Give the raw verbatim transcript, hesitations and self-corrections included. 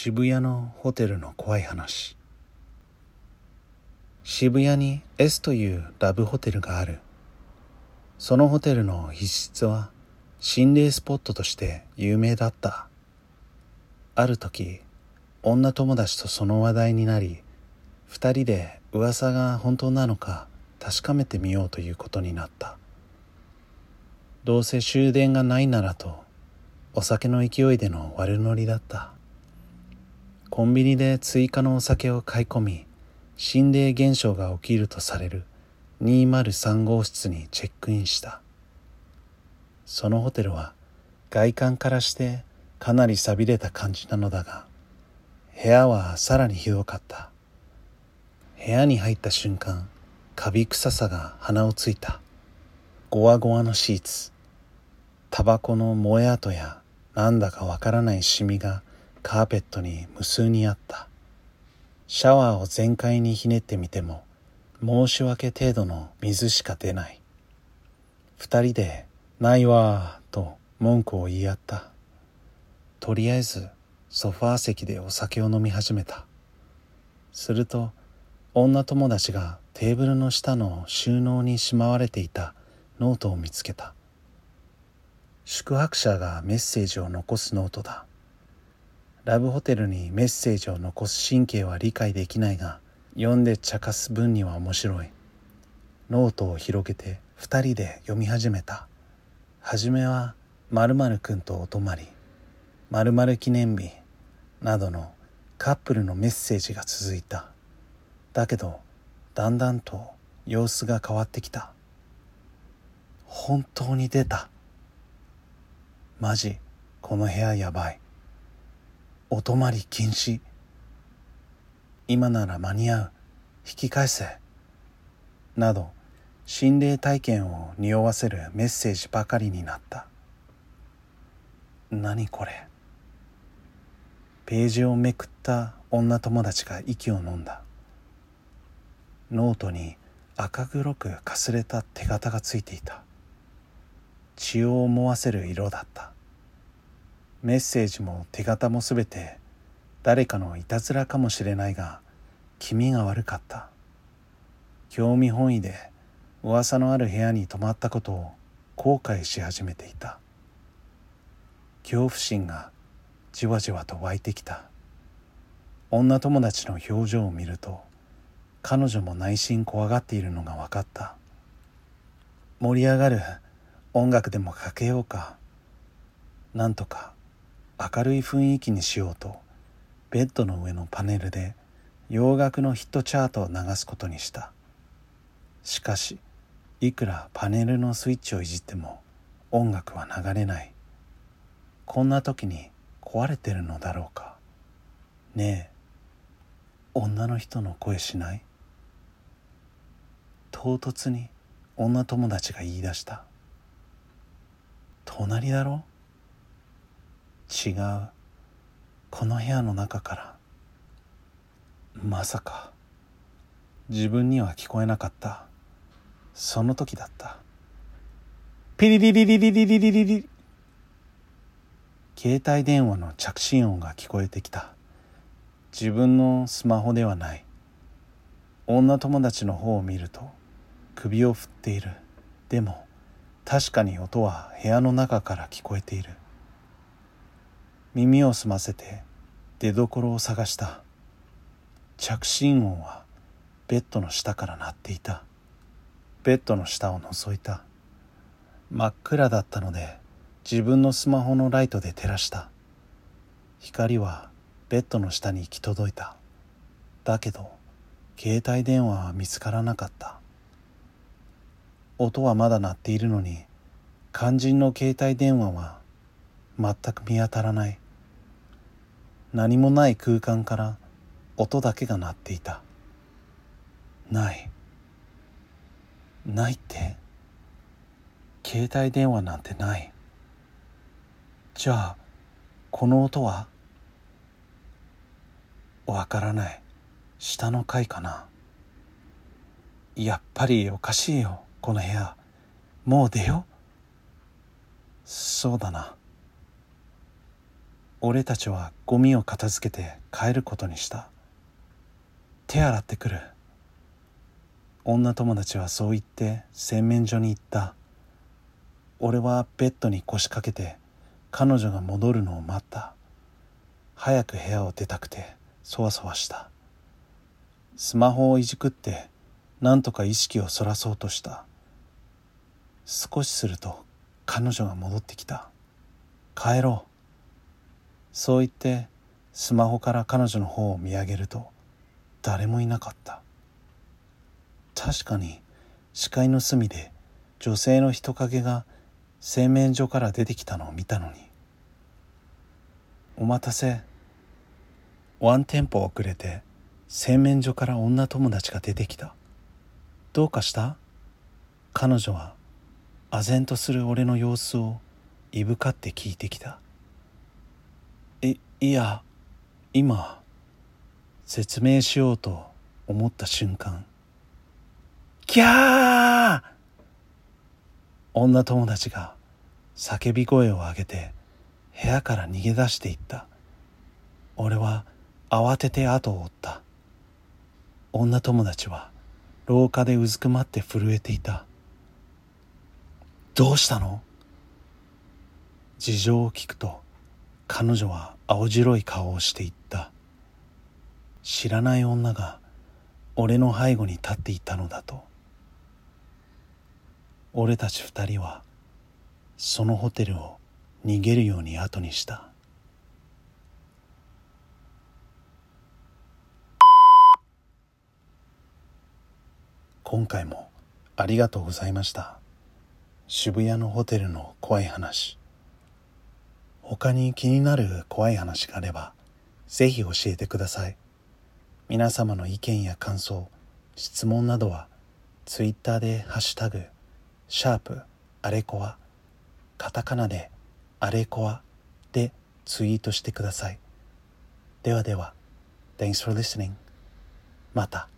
渋谷のホテルの怖い話。渋谷に S というラブホテルがある。そのホテルの一室は心霊スポットとして有名だった。ある時、女友達とその話題になり、二人で噂が本当なのか確かめてみようということになった。どうせ終電がないならと、お酒の勢いでの悪ノリだった。コンビニで追加のお酒を買い込み、心霊現象が起きるとされるにひゃくさん号室にチェックインした。そのホテルは外観からしてかなり寂れた感じなのだが、部屋はさらにひどかった。部屋に入った瞬間、カビ臭さが鼻をついた。ゴワゴワのシーツ、タバコの燃え跡やなんだかわからないシミがカーペットに無数にあった。シャワーを全開にひねってみても申し訳程度の水しか出ない。二人でないわーと文句を言い合った。とりあえずソファー席でお酒を飲み始めた。すると女友達がテーブルの下の収納にしまわれていたノートを見つけた。宿泊者がメッセージを残すノートだ。ラブホテルにメッセージを残す神経は理解できないが、読んで茶化す分には面白い。ノートを広げて二人で読み始めた。はじめは〇〇くんとお泊まり、〇〇記念日などのカップルのメッセージが続いた。だけどだんだんと様子が変わってきた。本当に出た。マジこの部屋やばい。お泊まり禁止。今なら間に合う。引き返せ。など心霊体験を匂わせるメッセージばかりになった。何これ。ページをめくった女友達が息を飲んだ。ノートに赤黒くかすれた手形がついていた。血を思わせる色だった。メッセージも手形もすべて誰かのいたずらかもしれないが、気味が悪かった。興味本位で噂のある部屋に泊まったことを後悔し始めていた。恐怖心がじわじわと湧いてきた。女友達の表情を見ると、彼女も内心怖がっているのが分かった。盛り上がる音楽でもかけようか。なんとか明るい雰囲気にしようと、ベッドの上のパネルで洋楽のヒットチャートを流すことにした。しかし、いくらパネルのスイッチをいじっても音楽は流れない。こんな時に壊れてるのだろうか。ねえ、女の人の声しない？唐突に女友達が言い出した。隣だろ？違う。この部屋の中から。まさか。自分には聞こえなかった。その時だった。ピリリリリリリリリリリ。携帯電話の着信音が聞こえてきた。自分のスマホではない。女友達の方を見ると首を振っている。でも確かに音は部屋の中から聞こえている。耳を澄ませて出どころを探した。着信音はベッドの下から鳴っていた。ベッドの下を覗いた。真っ暗だったので自分のスマホのライトで照らした。光はベッドの下に行き届いた。だけど携帯電話は見つからなかった。音はまだ鳴っているのに、肝心の携帯電話は全く見当たらない。何もない空間から音だけが鳴っていた。ない。ないって？携帯電話なんてない。じゃあ、この音は？わからない。下の階かな。やっぱりおかしいよ、この部屋。もう出よう。そうだな。 俺たちはゴミを片付けて帰ることにした。手洗ってくる。女友達はそう言って洗面所に行った。俺はベッドに腰掛けて彼女が戻るのを待った。早く部屋を出たくてそわそわした。スマホをいじくってなんとか意識をそらそうとした。少しすると彼女が戻ってきた。帰ろう。そう言ってスマホから彼女の方を見上げると誰もいなかった。確かに視界の隅で女性の人影が洗面所から出てきたのを見たのに。お待たせ。ワンテンポ遅れて洗面所から女友達が出てきた。どうかした？彼女は唖然とする俺の様子をいぶかって聞いてきた。い、いや、今、説明しようと思った瞬間、キャー！女友達が叫び声を上げて部屋から逃げ出していった。俺は慌てて後を追った。女友達は廊下でうずくまって震えていた。どうしたの？事情を聞くと彼女は青白い顔をしていった。知らない女が俺の背後に立っていたのだと。俺たち二人はそのホテルを逃げるように後にした。今回もありがとうございました。渋谷のホテルの怖い話。他に気になる怖い話があればぜひ教えてください。皆様の意見や感想、質問などはツイッターでハッシュタグシャープあれこわ、カタカナであれこわでツイートしてください。ではでは Thanks for listening。また。